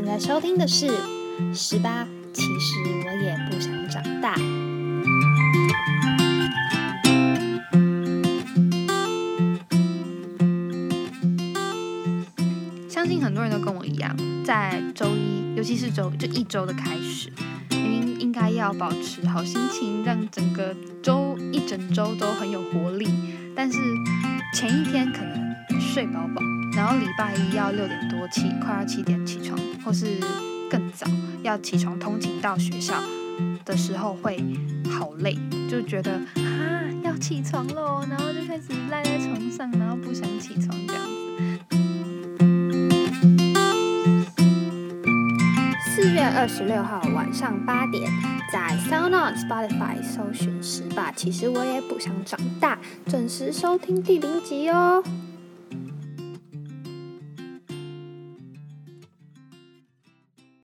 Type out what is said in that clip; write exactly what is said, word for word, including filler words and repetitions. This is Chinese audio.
现在收听的是十八，其实我也不想长大。相信很多人都跟我一样，在周一，尤其是周就一周的开始，明明应该要保持好心情，让整个周一整周都很有活力，但是前一天可能睡饱饱，然后礼拜一要六点多起，快要七点起床，或是更早要起床通勤到学校的时候会好累，就觉得啊要起床咯，然后就开始赖在床上，然后不想起床这样子。四月二十六号晚上八点，在 SoundOn、Spotify 搜寻十八，其实我也不想长大，准时收听第零集哦。